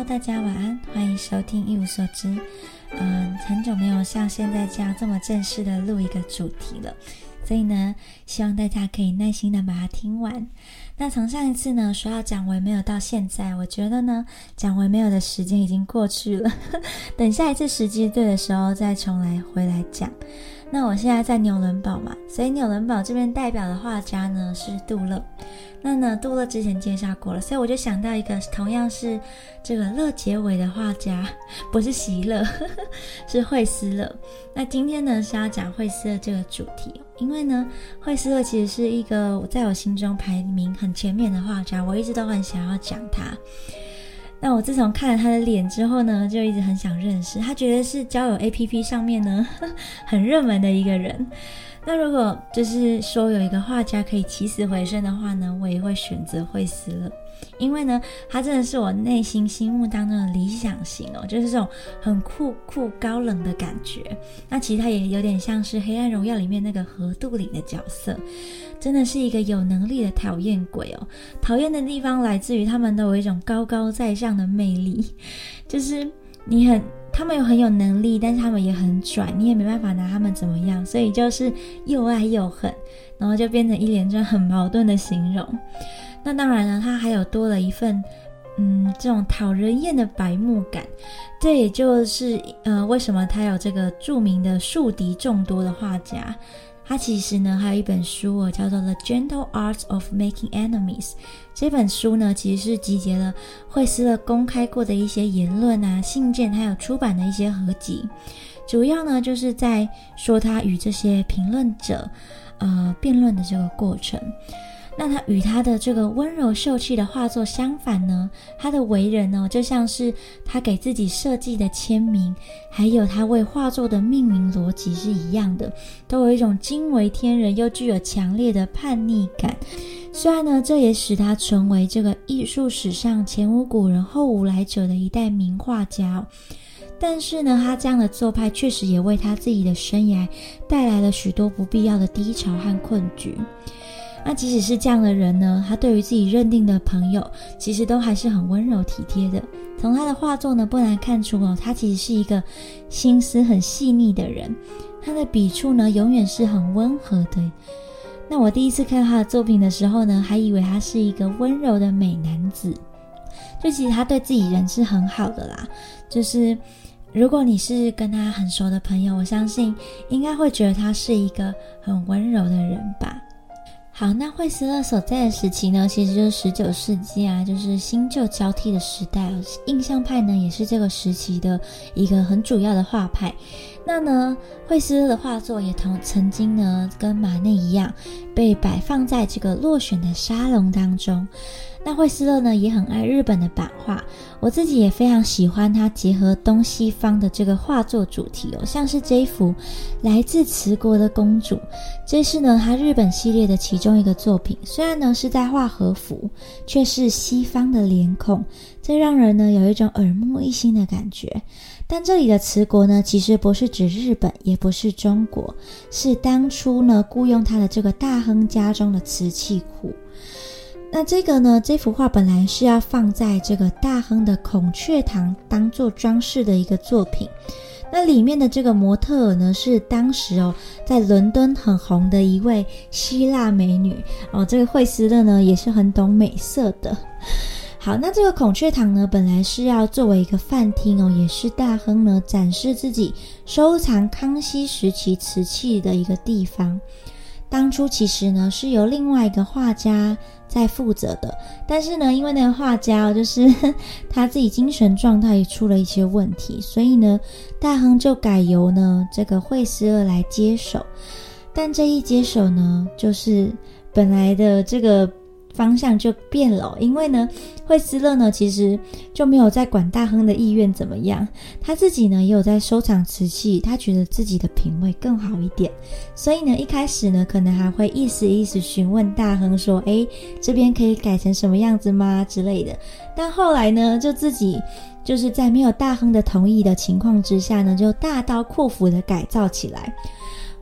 大家晚安，欢迎收听一无所知。很久没有像现在这样这么正式的录一个主题了，所以呢，希望大家可以耐心的把它听完。那从上一次呢说要讲维没有到现在，我觉得呢讲维没有的时间已经过去了等下一次时机对的时候再重来回来讲。那我现在在纽伦堡嘛，所以纽伦堡这边代表的画家呢是杜勒。那呢杜勒之前介绍过了，所以我就想到一个同样是这个勒结尾的画家，不是席勒是惠斯勒。那今天呢是要讲惠斯勒这个主题，因为呢惠斯勒其实是一个在我心中排名很前面的画家，我一直都很想要讲他。那我自从看了他的脸之后呢，就一直很想认识他，觉得是交友 APP 上面呢很热门的一个人。那如果就是说有一个画家可以起死回生的话呢，我也会选择惠斯勒，因为呢他真的是我内心心目当中的理想型哦，就是这种很酷高冷的感觉。那其实他也有点像是黑暗荣耀里面那个河渡里的角色，真的是一个有能力的讨厌鬼哦。讨厌的地方来自于他们都有一种高高在上的魅力，就是他们很有能力，但是他们也很拽，你也没办法拿他们怎么样，所以就是又爱又恨，然后就变成一连串很矛盾的形容。那当然呢，他还有多了一份这种讨人厌的白目感，这也就是为什么他有这个著名的树敌众多的画家。他其实呢还有一本书叫做 The Gentle Art of Making Enemies。 这本书呢其实是集结了惠斯勒公开过的一些言论啊、信件，还有出版的一些合集，主要呢就是在说他与这些评论者辩论的这个过程。那他与他的这个温柔秀气的画作相反呢，他的为人呢就像是他给自己设计的签名，还有他为画作的命名逻辑是一样的，都有一种惊为天人又具有强烈的叛逆感。虽然呢这也使他成为这个艺术史上前无古人后无来者的一代名画家但是呢他这样的做派确实也为他自己的生涯带来了许多不必要的低潮和困局。那即使是这样的人呢，他对于自己认定的朋友其实都还是很温柔体贴的。从他的画作呢不难看出他其实是一个心思很细腻的人，他的笔触呢永远是很温和的。那我第一次看他的作品的时候呢，还以为他是一个温柔的美男子，就其实他对自己人是很好的啦，就是如果你是跟他很熟的朋友，我相信应该会觉得他是一个很温柔的人吧。好，那惠斯勒所在的时期呢，其实就是19世纪啊，就是新旧交替的时代。印象派呢也是这个时期的一个很主要的画派。那呢惠斯勒的画作也曾经呢跟马内一样被摆放在这个落选的沙龙当中。那惠斯勒呢也很爱日本的版画，我自己也非常喜欢他结合东西方的这个画作主题像是这一幅来自磁国的公主，这是呢他日本系列的其中一个作品，虽然呢是在画和服，却是西方的脸孔，这让人呢有一种耳目一新的感觉。但这里的磁国呢其实不是指日本，也不是中国，是当初呢雇佣他的这个大亨家中的瓷器库。那这幅画本来是要放在这个大亨的孔雀堂当做装饰的一个作品。那里面的这个模特儿呢是当时在伦敦很红的一位希腊美女这个惠斯勒呢也是很懂美色的。好，那这个孔雀堂呢本来是要作为一个饭厅也是大亨呢展示自己收藏康熙时期瓷器的一个地方。当初其实呢是由另外一个画家在负责的，但是呢因为那个画家就是他自己精神状态也出了一些问题，所以呢大亨就改由呢这个惠斯勒来接手。但这一接手呢就是本来的这个方向就变了因为呢惠斯勒呢其实就没有在管大亨的意愿怎么样，他自己呢也有在收藏瓷器，他觉得自己的品味更好一点，所以呢一开始呢可能还会意思询问大亨说这边可以改成什么样子吗之类的。但后来呢就自己就是在没有大亨的同意的情况之下呢就大刀阔斧的改造起来。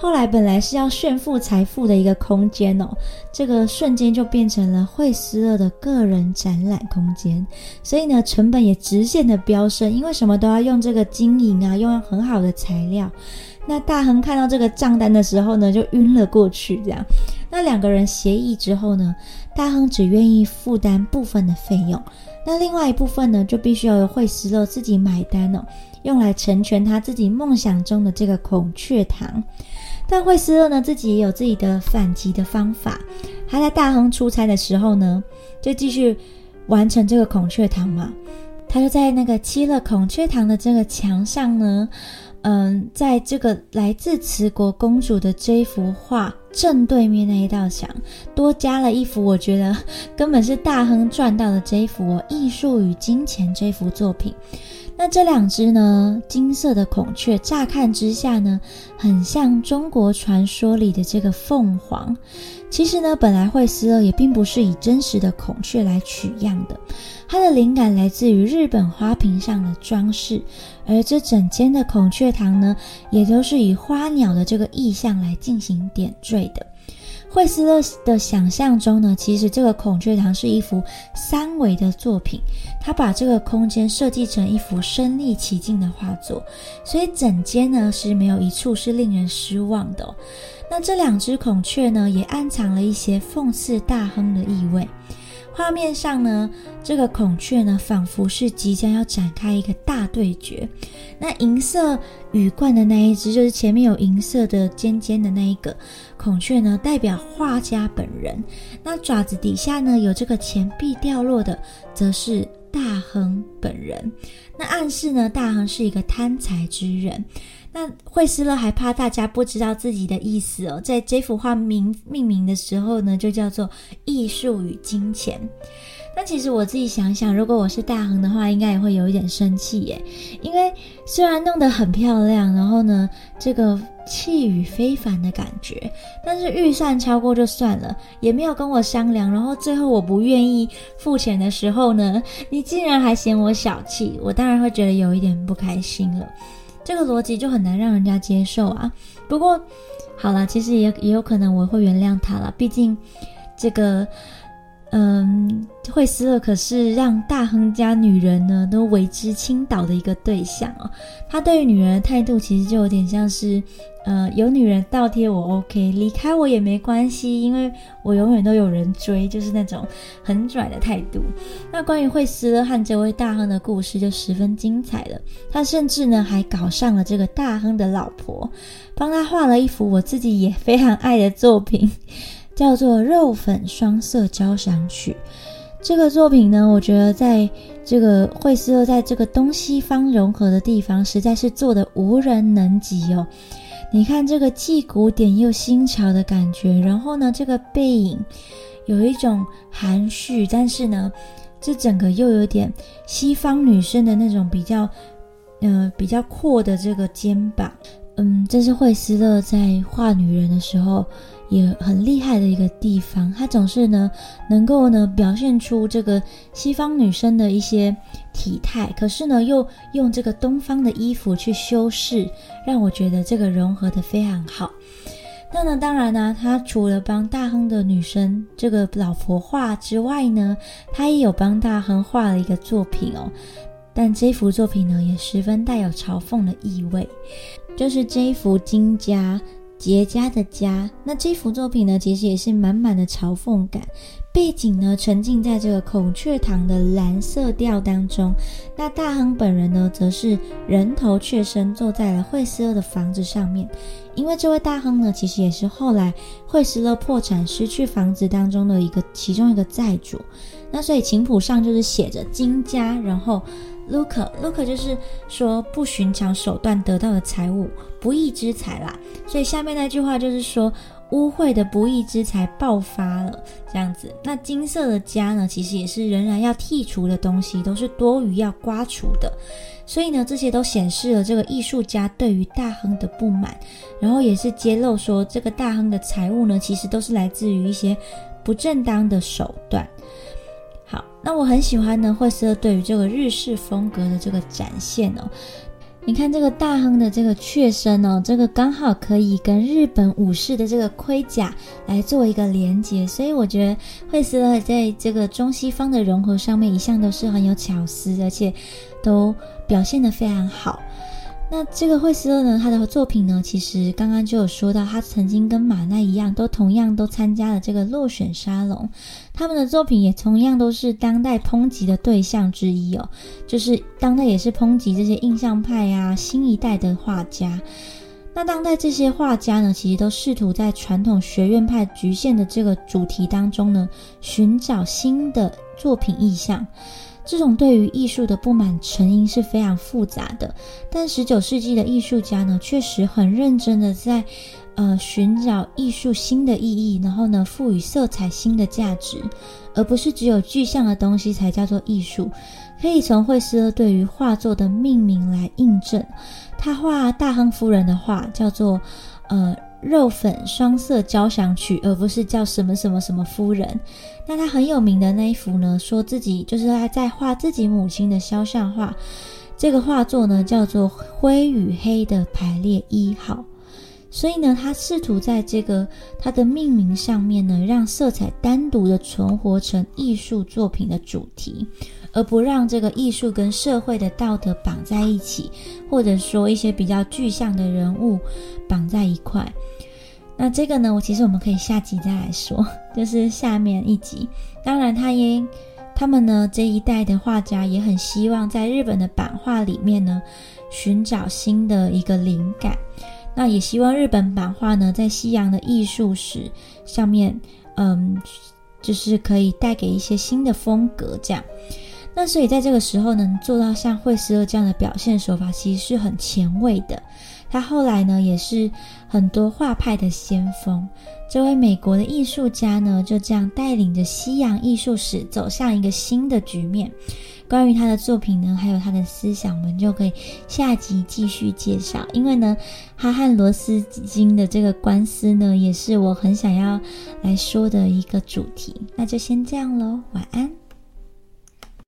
后来本来是要炫富财富的一个空间哦，这个瞬间就变成了惠斯勒的个人展览空间。所以呢，成本也直线的飙升，因为什么都要用这个金银啊，用很好的材料。那大亨看到这个账单的时候呢，就晕了过去这样。那两个人协议之后呢，大亨只愿意负担部分的费用，那另外一部分呢，就必须要由惠斯勒自己买单哦，用来成全他自己梦想中的这个孔雀堂。但惠斯勒呢，自己也有自己的反击的方法。他在大亨出差的时候呢，就继续完成这个孔雀堂嘛。他就在那个漆了孔雀堂的这个墙上呢，在这个来自慈国公主的这一幅画正对面那一道墙，多加了一幅我觉得根本是大亨赚到的这一幅艺术与金钱这幅作品。那这两只呢金色的孔雀，乍看之下呢，很像中国传说里的这个凤凰。其实呢，本来惠斯勒也并不是以真实的孔雀来取样的，它的灵感来自于日本花瓶上的装饰，而这整间的孔雀堂呢，也都是以花鸟的这个意象来进行点缀的。惠斯勒的想象中呢，其实这个孔雀堂是一幅三维的作品，他把这个空间设计成一幅身临其境的画作，所以整间呢是没有一处是令人失望的哦。那这两只孔雀呢，也暗藏了一些讽刺大亨的意味。画面上呢，这个孔雀呢，仿佛是即将要展开一个大对决。那银色羽冠的那一只，就是前面有银色的尖尖的那一个孔雀呢，代表画家本人。那爪子底下呢，有这个钱币掉落的，则是大亨本人。那暗示呢，大亨是一个贪财之人。那惠斯勒还怕大家不知道自己的意思哦，在这幅画命名的时候呢，就叫做艺术与金钱。但其实我自己想想，如果我是大亨的话，应该也会有一点生气耶，因为虽然弄得很漂亮，然后呢，这个气宇非凡的感觉，但是预算超过就算了，也没有跟我商量，然后最后我不愿意付钱的时候呢，你竟然还嫌我小气，我当然会觉得有一点不开心了。这个逻辑就很难让人家接受啊。不过好啦，其实也有可能我会原谅他啦，毕竟这个惠斯勒可是让大亨家女人呢都为之倾倒的一个对象哦。他对于女人的态度其实就有点像是有女人倒贴我 OK， 离开我也没关系，因为我永远都有人追，就是那种很拽的态度。那关于惠斯勒和这位大亨的故事就十分精彩了，他甚至呢还搞上了这个大亨的老婆，帮他画了一幅我自己也非常爱的作品，叫做《肉粉双色交响曲》。这个作品呢，我觉得在这个惠斯勒在这个东西方融合的地方实在是做得无人能及哦。你看这个既古典又新潮的感觉，然后呢这个背影有一种含蓄，但是呢这整个又有点西方女生的那种比较阔的这个肩膀。这是惠斯勒在画女人的时候也很厉害的一个地方，他总是呢能够呢表现出这个西方女生的一些体态，可是呢又用这个东方的衣服去修饰，让我觉得这个融合得非常好。那呢当然呢，他除了帮大亨的女生这个老婆画之外呢，他也有帮大亨画了一个作品哦。但这幅作品呢也十分带有嘲讽的意味，就是这一幅金家结痂的痂。那这幅作品呢其实也是满满的嘲讽感，背景呢沉浸在这个孔雀堂的蓝色调当中。那大亨本人呢则是人头雀身坐在了惠斯勒的房子上面，因为这位大亨呢其实也是后来惠斯勒破产失去房子当中的其中一个债主。那所以琴谱上就是写着金家，然后Lucre 就是说不寻常手段得到的财物，不义之财啦。所以下面那句话就是说污秽的不义之财爆发了这样子。那金色的痂呢其实也是仍然要剔除的东西，都是多余要刮除的。所以呢这些都显示了这个艺术家对于大亨的不满，然后也是揭露说这个大亨的财物呢其实都是来自于一些不正当的手段。好，那我很喜欢呢惠斯勒对于这个日式风格的这个展现哦。 你看这个大亨的这个雀身哦，这个刚好可以跟日本武士的这个盔甲来做一个连结，所以我觉得惠斯勒在这个中西方的融合上面一向都是很有巧思，而且都表现得非常好。那这个惠斯勒呢，他的作品呢，其实刚刚就有说到，他曾经跟马奈一样，同样都参加了这个落选沙龙，他们的作品也同样都是当代抨击的对象之一哦，就是当代也是抨击这些印象派啊，新一代的画家。那当代这些画家呢，其实都试图在传统学院派局限的这个主题当中呢，寻找新的作品意象。这种对于艺术的不满成因是非常复杂的，但19世纪的艺术家呢，确实很认真的在寻找艺术新的意义，然后呢，赋予色彩新的价值，而不是只有具象的东西才叫做艺术。可以从惠斯勒对于画作的命名来印证，他画大亨夫人的画叫做肉粉双色交响曲，而不是叫什么什么什么夫人。那他很有名的那一幅呢，说自己就是他在画自己母亲的肖像画，这个画作呢叫做灰与黑的排列1号。所以呢，他试图在这个他的命名上面呢，让色彩单独的存活成艺术作品的主题，而不让这个艺术跟社会的道德绑在一起，或者说一些比较具象的人物绑在一块。那这个呢，其实我们可以下集再来说，就是下面一集。当然他们呢这一代的画家也很希望在日本的版画里面呢寻找新的一个灵感，那也希望日本版画呢在西洋的艺术史上面就是可以带给一些新的风格这样。那所以在这个时候呢，做到像惠斯勒这样的表现手法其实是很前卫的。他后来呢也是很多画派的先锋，这位美国的艺术家呢就这样带领着西洋艺术史走向一个新的局面。关于他的作品呢还有他的思想，我们就可以下集继续介绍，因为呢他和罗斯金的这个官司呢也是我很想要来说的一个主题。那就先这样咯，晚安。